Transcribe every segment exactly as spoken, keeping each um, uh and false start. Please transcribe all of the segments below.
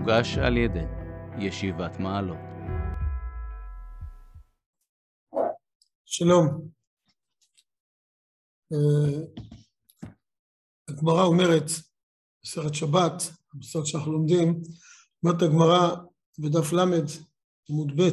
מוגש על ידי ישיבת מעלות. שלום. הגמרא אומרת, בסרט שבת, בסרט שאנחנו לומדים, אומרת הגמרא בדף למד, עמוד ב',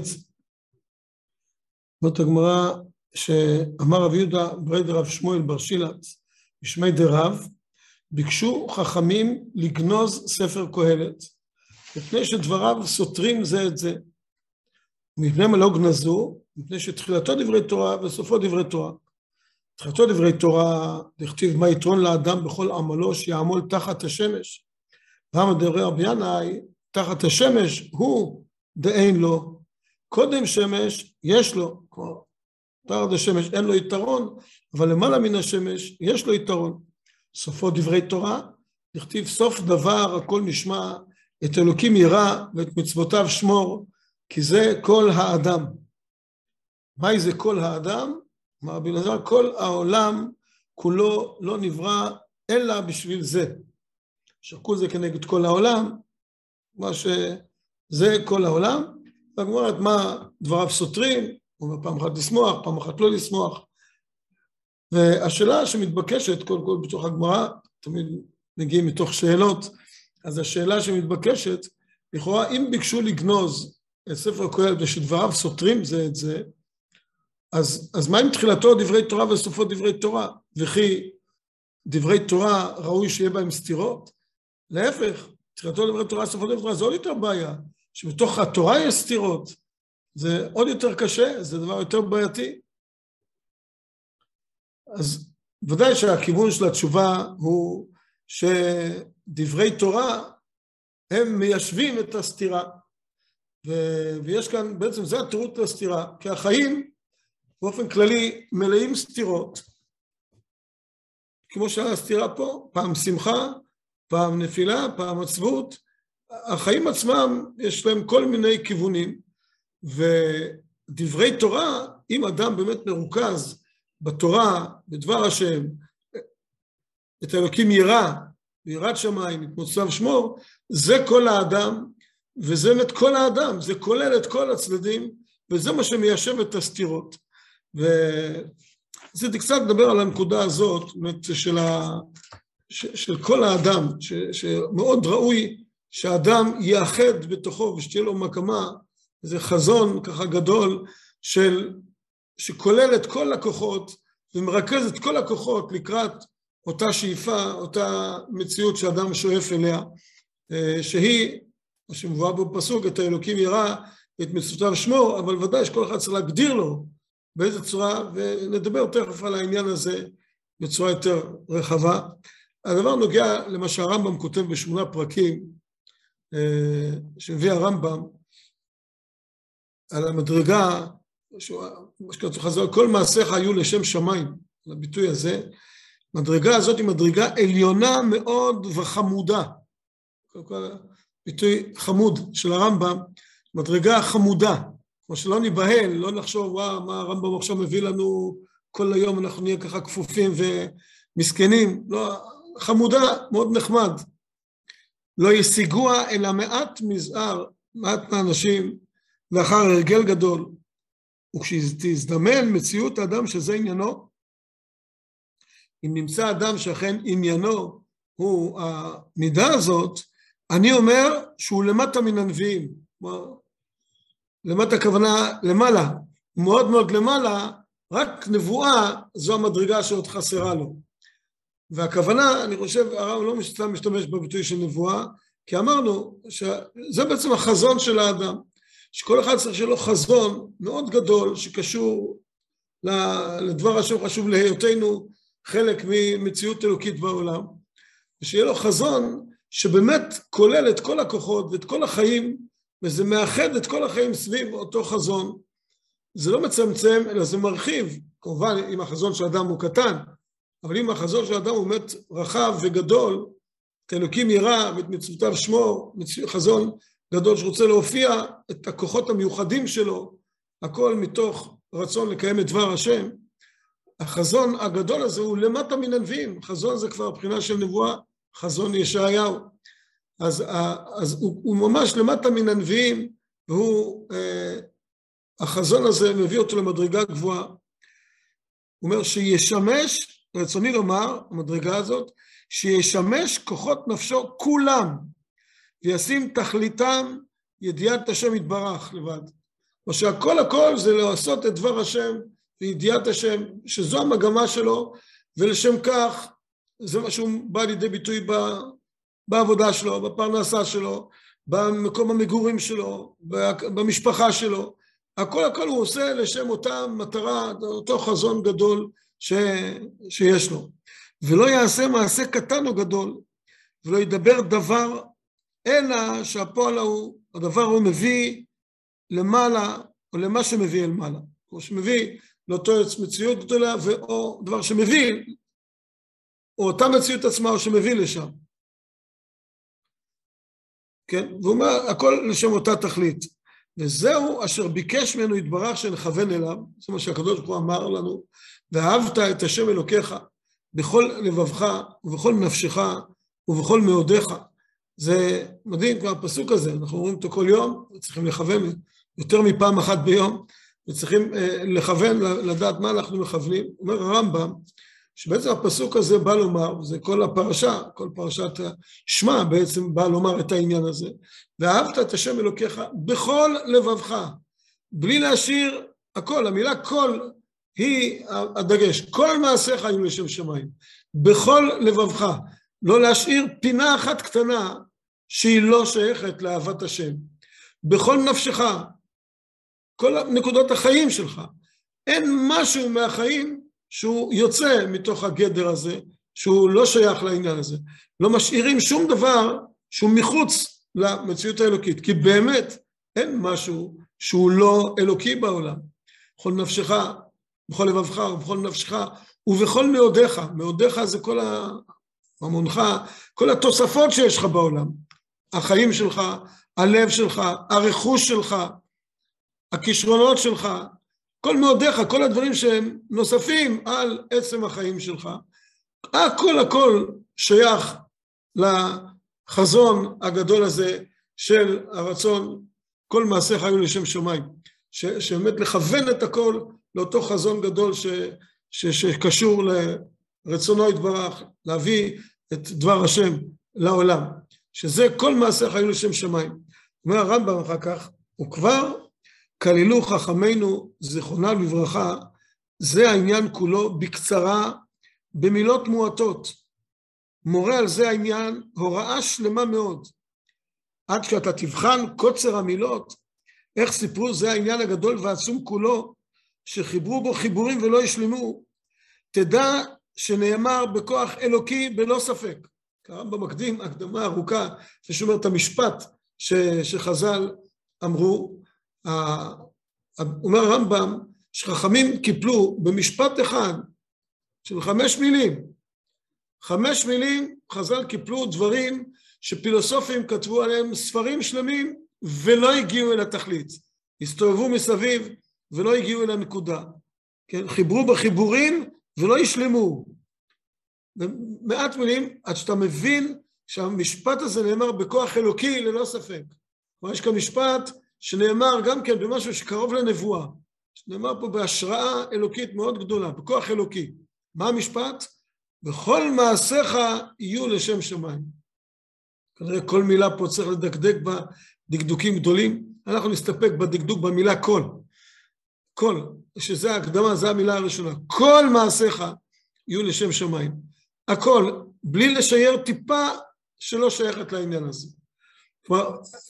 אומרת הגמרא שאמר רב יהודה ברי דרב שמואל בר שילת, בשמי דרב, ביקשו חכמים לגנוז ספר קהלת, מפני שדבריו סותרים זה את זה. מפני מה לא גנזו? מפני שתחילתו דברי תורה וסופו דברי תורה. תחילתו דברי תורה, דכתיב מה יתרון לאדם בכל עמלו שיעמול תחת השמש. ואמר דברי רבי ינאי, תחת השמש הוא דאין לו. קודם שמש יש לו, כלומר, תחת השמש אין לו יתרון, אבל למעלה מן השמש יש לו יתרון. סופו דברי תורה, דכתיב סוף דבר הכל נשמע, את אלוקים ירא ואת מצוותיו שמור, כי זה כל האדם. מהי זה כל האדם? אמר רבי אלעזר, כל העולם כולו לא נברא אלא בשביל זה. שכל זה כנגד כל העולם, מה שזה כל העולם, והגמרא אומרת מה דבריו סותרים, הוא אומר פעם אחת לשמוח, פעם אחת לא לשמוח. והשאלה שמתבקשת, כל כל בתוך הגמרא, תמיד מגיעים מתוך שאלות, אז השאלה שמתבקשת, לכאורה אם ביקשו לגנוז את ספר קהלת ושדבריו סותרים זה את זה, אז, אז מה עם תחילתו דברי תורה וסופו דברי תורה? וכי דברי תורה ראוי שיהיה בהם סתירות? להפך, תחילתו דברי תורה וסופו דברי תורה זה עוד יותר בעיה, שבתוך התורה יש סתירות, זה עוד יותר קשה, זה דבר יותר בעייתי. אז ודאי שהכיוון של התשובה הוא שדברי תורה הם מיישבים את הסתירה, ו- ויש כאן בעצם זה התירוץ לסתירה, כי החיים באופן כללי מלאים סתירות, כמו שהסתירה פה, פעם שמחה, פעם נפילה, פעם עצבות, החיים עצמם יש להם כל מיני כיוונים, ודברי תורה, אם אדם באמת מרוכז בתורה, בדבר השם, את אלוקים ירא, ויראת שמיים, את מצוותיו שמור, זה כל האדם, וזה באמת כל האדם, זה כולל את כל הצדדים, וזה מה שמיישב את הסתירות. וזה קצת לדבר על הנקודה הזאת, של, ה, של כל האדם, ש, שמאוד ראוי שהאדם יאחד בתוכו, ושתהיה לו מקמה, איזה חזון ככה גדול, של, שכולל את כל הכוחות, ומרכז את כל הכוחות לקראת אותה שאיפה, אותה מציאות שאדם שואף אליה, שהיא, מה שמובא בפסוק, את האלוקים ירא, את מצוותיו שמור, אבל ודאי שכל אחד צריך להגדיר לו באיזה צורה, ונדבר תכף על העניין הזה בצורה יותר רחבה. הדבר נוגע למה שהרמב"ם כותב בשמונה פרקים, שהביא הרמב"ם, על המדרגה, כל מעשיך היו לשם שמיים, על הביטוי הזה, מדרגה הזאת היא מדרגה עליונה מאוד וחמודה, ביטוי חמוד של הרמב"ם, מדרגה חמודה, כמו שלא ניבהל, לא נחשוב וואו, מה הרמב"ם עכשיו מביא לנו כל היום, אנחנו נהיה ככה כפופים ומסכנים, לא, חמודה, מאוד נחמד, לא ישיגוה אלא מעט מזער, מעט מהאנשים, לאחר הרגל גדול, וכשתזדמן מציאות האדם שזה עניינו, אם נמצא אדם שאכן עניינו הוא המידה הזאת, אני אומר שהוא למטה מן הנביאים, למטה הכוונה למעלה, מאוד מאוד למעלה, רק נבואה זו המדרגה שעוד חסרה לו. והכוונה, אני חושב, הרב לא סתם משתמש בביטוי של נבואה, כי אמרנו שזה בעצם החזון של האדם, שכל אחד צריך שלו חזון מאוד גדול שקשור לדבר השם חשוב להיותנו חלק ממציאות אלוקית בעולם, ושיהיה לו חזון שבאמת כולל את כל הכוחות ואת כל החיים, וזה מאחד את כל החיים סביב אותו חזון. זה לא מצמצם, אלא זה מרחיב, כמובן אם החזון של האדם הוא קטן, אבל אם החזון של האדם הוא באמת רחב וגדול, את אלוקים ירא ואת מצוותיו שמור, חזון גדול שרוצה להופיע את הכוחות המיוחדים שלו, הכל מתוך רצון לקיים את דבר השם, החזון הגדול הזה הוא למטה מן הנביאים, חזון זה כבר בחינה של נבואה, חזון ישעיהו. אז, אז הוא, הוא ממש למטה מן הנביאים, והוא, אה, החזון הזה מביא אותו למדרגה גבוהה. הוא אומר שישמש, רצוני לומר, המדרגה הזאת, שישמש כוחות נפשו כולם, וישים תכליתם ידיעת השם יתברך לבד. או שהכל הכל זה לעשות את דבר השם וידיעת השם, שזו המגמה שלו, ולשם כך זה מה שהוא בא לידי ביטוי בעבודה שלו, בפרנסה שלו, במקום המגורים שלו, במשפחה שלו. הכל הכל הוא עושה לשם אותה מטרה, אותו חזון גדול ש... שיש לו. ולא יעשה מעשה קטן או גדול, ולא ידבר דבר, אלא שהפועל הוא, הדבר הוא מביא למעלה, או למה שמביא אל מעלה. כמו שמביא לאותו מציאות גדולה, או דבר שמביא, או אותה מציאות עצמה, או שמביא לשם. כן? והוא אומר, הכל לשם אותה תכלית. וזהו אשר ביקש ממנו יתברך שנכוון אליו, זה מה שהקדוש ברוך הוא אמר לנו, ואהבת את השם אלוקיך בכל לבבך ובכל נפשך ובכל מאודיך. זה מדהים כבר הפסוק הזה, אנחנו אומרים אותו כל יום, צריכים לכוון יותר מפעם אחת ביום, וצריכים אה, לכוון, לדעת מה אנחנו מכוונים. אומר הרמב"ם, שבעצם הפסוק הזה בא לומר, זה כל הפרשה, כל פרשת שמע בעצם בא לומר את העניין הזה, ואהבת את השם אלוקיך בכל לבבך, בלי להשאיר הכל, המילה כל היא הדגש, כל מעשיך היו לשם שמיים, בכל לבבך, לא להשאיר פינה אחת קטנה שהיא לא שייכת לאהבת השם, בכל נפשך, כל נקודות החיים שלך, אין משהו מהחיים שהוא יוצא מתוך הגדר הזה, שהוא לא שייך לעניין הזה, לא משאירים שום דבר שהוא מחוץ למציאות האלוקית, כי באמת אין משהו שהוא לא אלוקי בעולם. בכל נפשך, בכל לבבך ובכל נפשך ובכל מאודיך, מאודיך זה כל המונך, כל התוספות שיש לך בעולם, החיים שלך, הלב שלך, הרכוש שלך, הכישרונות שלך, כל מאודיך, כל הדברים שהם נוספים על עצם החיים שלך, הכל הכל שייך לחזון הגדול הזה של הרצון, כל מעשיך היו לשם שמיים, שבאמת לכוון את הכל לאותו חזון גדול ש, ש, שקשור לרצונו יתברך, להביא את דבר השם לעולם, שזה כל מעשיך היו לשם שמיים. אומר הרמב"ם אחר כך, וכבר כללו חכמינו זיכרונם לברכה, זה העניין כולו בקצרה, במילות מועטות. מורה על זה העניין, הוראה שלמה מאוד. עד שאתה תבחן קוצר המילות, איך סיפרו זה העניין הגדול והעצום כולו, שחיברו בו חיבורים ולא ישלמו, תדע שנאמר בכוח אלוקי בלא ספק. הרמב"ם מקדים, הקדמה ארוכה, ששומר את המשפט ש, שחז"ל אמרו, אומר הרמב"ם שחכמים קיפלו במשפט אחד של חמש מילים, חמש מילים חז"ל קיפלו דברים שפילוסופים כתבו עליהם ספרים שלמים ולא הגיעו אל התכלית, הסתובבו מסביב ולא הגיעו אל הנקודה, כן? חיברו בחיבורים ולא ישלמו, מעט מילים עד שאתה מבין שהמשפט הזה נאמר בכוח אלוקי ללא ספק. יש כאן משפט שנאמר גם כן במשהו שקרוב לנבואה, שנאמר פה בהשראה אלוקית מאוד גדולה, בכוח אלוקי. מה המשפט? וכל מעשיך יהיו לשם שמיים. כנראה כל מילה פה צריך לדקדק בדקדוקים גדולים, אנחנו נסתפק בדקדוק במילה כל. כל, שזה ההקדמה, זה המילה הראשונה. כל מעשיך יהיו לשם שמיים. הכל, בלי לשייר טיפה שלא שייכת לעניין הזה. כלומר,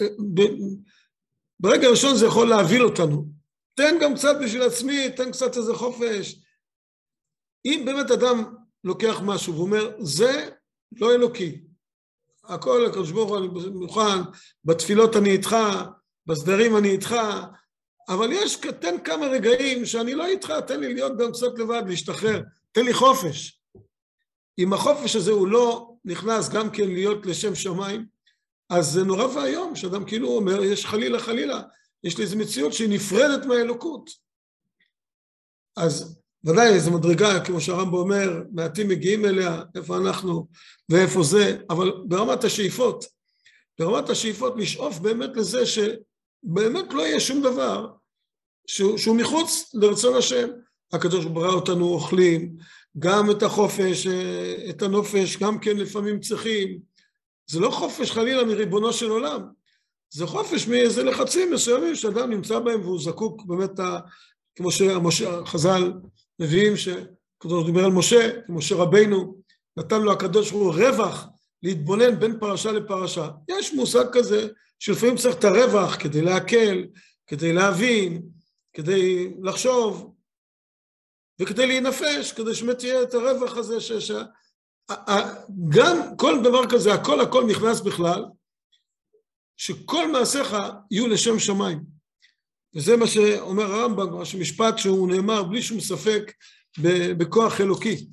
ברגע הראשון זה יכול להביל אותנו. תן גם קצת בשביל עצמי, תן קצת איזה חופש. אם באמת אדם לוקח משהו ואומר, זה לא אלוקי. הכל, הקדוש ברוך הוא, אני מוכן, בתפילות אני איתך, בסדרים אני איתך, אבל יש, תן כמה רגעים שאני לא איתך, תן לי להיות גם קצת לבד, להשתחרר, תן לי חופש. אם החופש הזה הוא לא נכנס גם כן להיות לשם שמיים, אז זה נורא והיום, שאדם כאילו אומר, יש חלילה חלילה, יש לי איזו מציאות שהיא נפרדת מהאלוקות. אז ודאי איזו מדרגה, כמו שהרמב"ם אומר, מעטים מגיעים אליה, איפה אנחנו ואיפה זה, אבל ברמת השאיפות, ברמת השאיפות לשאוף באמת לזה שבאמת לא יהיה שום דבר שהוא, שהוא מחוץ לרצון השם. הקדוש ברא אותנו אוכלים, גם את החופש, את הנופש, גם כן לפעמים צריכים. זה לא חופש חלילה מריבונו של עולם, זה חופש מאיזה לחצים מסוימים שאדם נמצא בהם והוא זקוק באמת, כמו שחז"ל מביאים, שקדוש דיבר על משה, משה רבינו, נתן לו הקדוש ברוך הוא רווח להתבונן בין פרשה לפרשה. יש מושג כזה שלפעמים צריך את הרווח כדי להקל, כדי להבין, כדי לחשוב, וכדי להינפש, כדי שבאמת יהיה את הרווח הזה, ש... ש... גם כל דבר כזה, הכל הכל נכנס בכלל, שכל מעשיך יהיו לשם שמיים. וזה מה שאומר הרמב"ם, משפט שהוא נאמר בלי שום ספק בכוח אלוקי.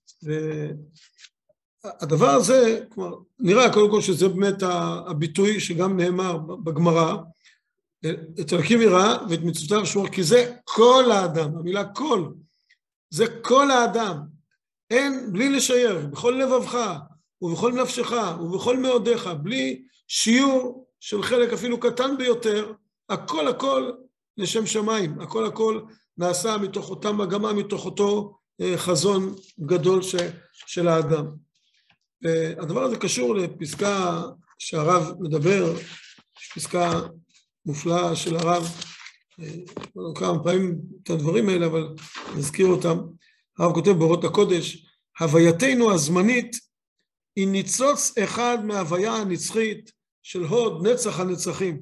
והדבר הזה, כלומר, נראה קודם כל שזה באמת הביטוי שגם נאמר בגמרא, את אלוקים יראה ואת מצוותיו שמור, כי זה כל האדם, המילה כל, זה כל האדם, אין, בלי לשייר, בכל לבבך, ובכל נפשך, ובכל מאודיך, בלי שיעור של חלק אפילו קטן ביותר, הכל הכל לשם שמיים, הכל הכל נעשה מתוך אותה מגמה, מתוך אותו חזון גדול ש, של האדם. והדבר הזה קשור לפסקה שהרב מדבר, יש פסקה מופלאה של הרב, כמה פעמים את הדברים האלה, אבל נזכיר אותם. הרב כותב באורות הקודש, הווייתנו הזמנית היא ניצוץ אחד מההוויה הנצחית של הוד נצח הנצחים.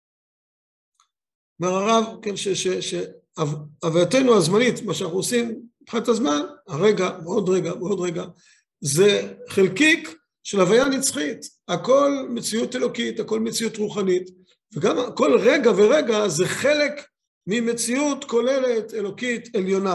אומר הרב, כן, שהווייתנו הזמנית, מה שאנחנו עושים מבחינת הזמן, הרגע ועוד רגע ועוד רגע, זה חלקיק של הוויה נצחית, הכל מציאות אלוקית, הכל מציאות רוחנית, וגם כל רגע ורגע זה חלק ממציאות כוללת אלוקית עליונה.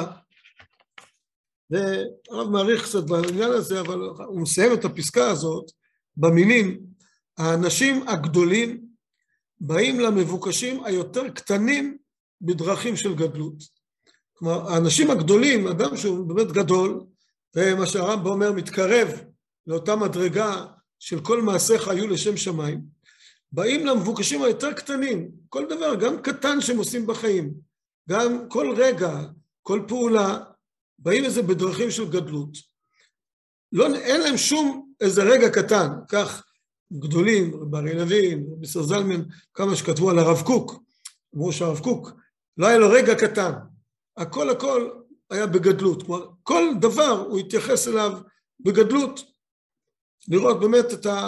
והרב מעריך קצת בעניין הזה, אבל הוא מסיים את הפסקה הזאת במילים, האנשים הגדולים באים למבוקשים היותר קטנים בדרכים של גדלות. כלומר, האנשים הגדולים, אדם שהוא באמת גדול, ומה שהרמב"ם אומר מתקרב לאותה מדרגה של כל מעשיך היו לשם שמיים, באים למבוקשים היותר קטנים, כל דבר, גם קטן שהם עושים בחיים, גם כל רגע, כל פעולה, באים לזה בדרכים של גדלות. לא, אין להם שום איזה רגע קטן, כך גדולים, ברי לוין, מיסטר זלמן, כמה שכתבו על הרב קוק, אמרו שהרב קוק, לא היה לו רגע קטן, הכל הכל היה בגדלות, כלומר, כל דבר הוא התייחס אליו בגדלות, לראות באמת את ה...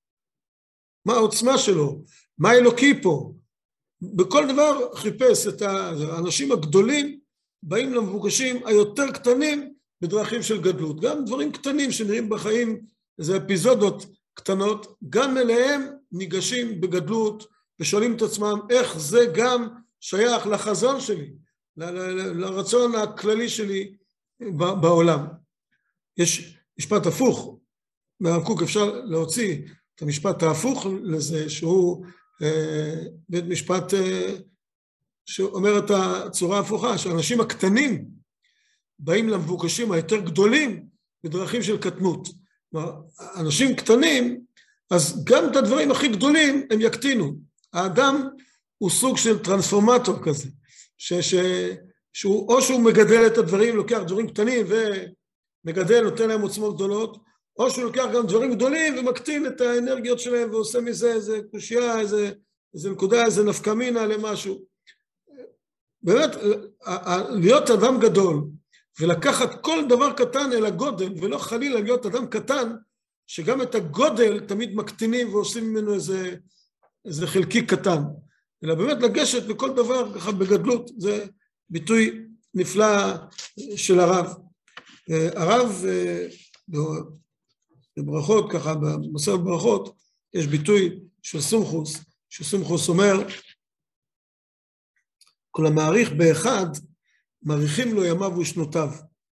מה העוצמה שלו, מה אלוקי פה, בכל דבר חיפש את האנשים הגדולים, באים למבוקשים היותר קטנים בדרכים של גדלות, גם דברים קטנים שנראים בחיים, איזה אפיזודות קטנות, גם אליהם ניגשים בגדלות, ושואלים את עצמם איך זה גם שייך לחזון שלי, ל- ל- לרצון הכללי שלי בעולם. יש משפט הפוך, מהרב קוק אפשר להוציא את המשפט ההפוך לזה, שהוא אה, בית משפט אה, שאומר את הצורה ההפוכה, שהאנשים הקטנים באים למבוקשים היותר גדולים בדרכים של קטנות. כלומר, אנשים קטנים, אז גם את הדברים הכי גדולים הם יקטינו. האדם הוא סוג של טרנספורמטור כזה, ש, ש, שהוא, או שהוא מגדל את הדברים, לוקח דברים קטנים ומגדל, נותן להם עוצמות גדולות, או שהוא לוקח גם דברים גדולים ומקטין את האנרגיות שלהם ועושה מזה איזה קושייה, איזה, איזה נקודה, איזה נפקמינה למשהו. באמת, להיות אדם גדול ולקחת כל דבר קטן אל הגודל, ולא חלילה להיות אדם קטן, שגם את הגודל תמיד מקטינים ועושים ממנו איזה, איזה חלקי קטן. אלא באמת לגשת לכל דבר ככה בגדלות, זה ביטוי נפלא של הרב. הרב, בברכות ככה, במסכת ברכות, יש ביטוי של סומכוס, שסומכוס אומר, כל המעריך באחד, מעריכים לו ימיו ושנותיו.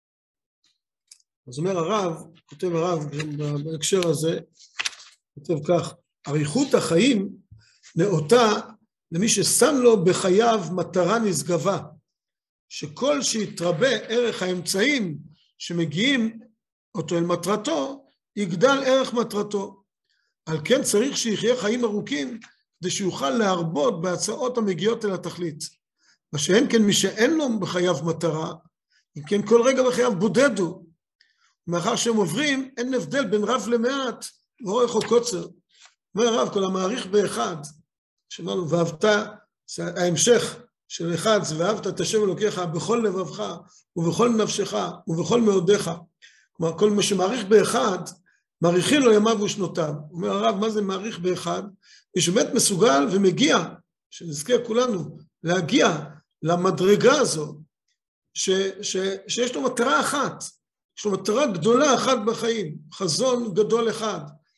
אז אומר הרב, כותב הרב בהקשר הזה, כותב כך, אריכות החיים נאותה למי ששם לו בחייו מטרה נשגבה, שכל שיתרבה ערך האמצעים שמגיעים אותו אל מטרתו, יגדל ערך מטרתו. על כן צריך שיחיה חיים ארוכים, כדי שיוכל להרבות בהצעות המגיעות אל התכלית. מה שאין כן מי שאין לו בחייו מטרה, אם כן כל רגע בחייו בודד הוא. מאחר שהם עוברים, אין הבדל בין רב למעט, ואורך או קוצר. אומר הרב, כל המעריך באחד, שאמרנו, ואהבת, ההמשך של אחד, זה ואהבת את השם אלוקיך בכל לבבך, ובכל נפשך, ובכל מאודיך. כלומר, כל מה שמעריך באחד, מעריכים לו ימיו ושנותיו. אומר הרב, מה זה מעריך באחד? מי שבאמת מסוגל ומגיע, שנזכה כולנו, להגיע למדרגה הזו, ש, ש, שיש לו מטרה אחת, יש לו מטרה גדולה אחת בחיים, חזון גדול אחד.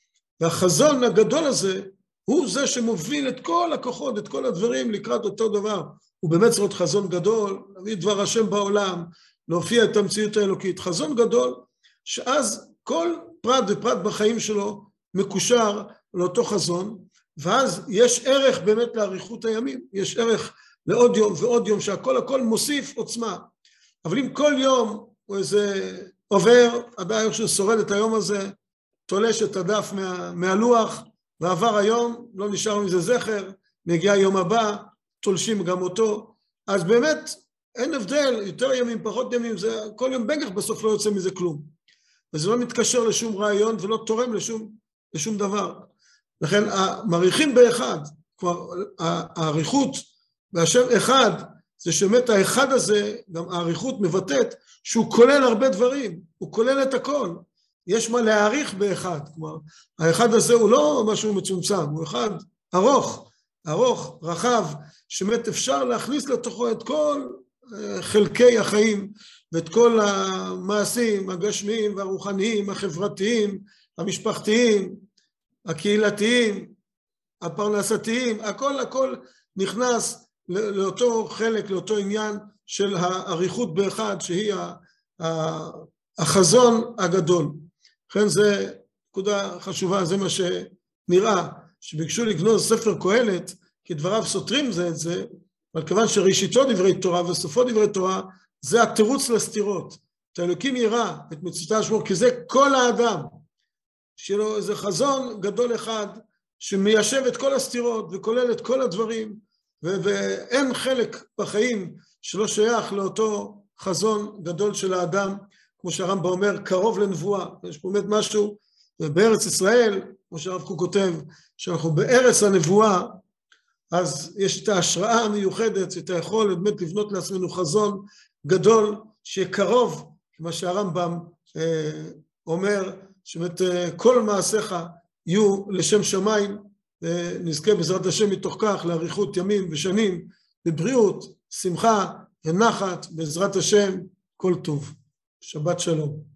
והחזון הגדול הזה, הוא זה שמוביל את כל הכוחות, את כל הדברים לקראת אותו דבר. הוא באמת צריך להיות חזון גדול, להביא דבר השם בעולם, להופיע את המציאות האלוקית. חזון גדול, שאז כל פרט ופרט בחיים שלו מקושר לאותו חזון, ואז יש ערך באמת לאריכות הימים, יש ערך לעוד יום ועוד יום, שהכל הכל מוסיף עוצמה. אבל אם כל יום הוא איזה עובר, עדיין ששורד את היום הזה, תולש את הדף מה, מהלוח, ועבר היום, לא נשאר מזה זכר, מגיע יום הבא, תולשים גם אותו, אז באמת אין הבדל, יותר ימים, פחות ימים, זה כל יום בגח בסוף לא יוצא מזה כלום. וזה לא מתקשר לשום רעיון ולא תורם לשום, לשום דבר. לכן המעריכים באחד, כבר העריכות והשם אחד, זה שבאמת האחד הזה, גם העריכות מבטאת, שהוא כולל הרבה דברים, הוא כולל את הכל. יש מה להעריך באחד, כלומר, האחד הזה הוא לא משהו מצומצם, הוא אחד ארוך, ארוך, רחב, שבאמת אפשר להכניס לתוכו את כל חלקי החיים, ואת כל המעשים הגשמיים והרוחניים, החברתיים, המשפחתיים, הקהילתיים, הפרנסתיים, הכל הכל נכנס לאותו חלק, לאותו עניין של העריכות באחד, שהיא החזון הגדול. לכן זה נקודה חשובה, זה מה שנראה, שביקשו לגנוז ספר קהלת, כי דבריו סותרים זה את זה, אבל כיוון שראשיתו דברי תורה וסופו דברי תורה, זה התירוץ לסתירות. את האלוקים יראה, את מצוותיו לשמור, כי זה כל האדם, שיהיה לו איזה חזון גדול אחד, שמיישב את כל הסתירות וכולל את כל הדברים, ואין חלק בחיים שלא שייך לאותו חזון גדול של האדם, כמו שהרמב"ם אומר, קרוב לנבואה. יש פה באמת משהו, ובארץ ישראל, כמו שהרב קוק כותב, שאנחנו בארץ הנבואה, אז יש את ההשראה המיוחדת, את היכולת באמת לבנות לעצמנו חזון גדול, שיהיה קרוב, כמו שהרמב"ם אה, אומר, שבאמת אה, כל מעשיך יהיו לשם שמיים, ונזכה בעזרת השם מתוך כך לאריכות ימים ושנים, בבריאות, שמחה ונחת, בעזרת השם, כל טוב. שבת שלום.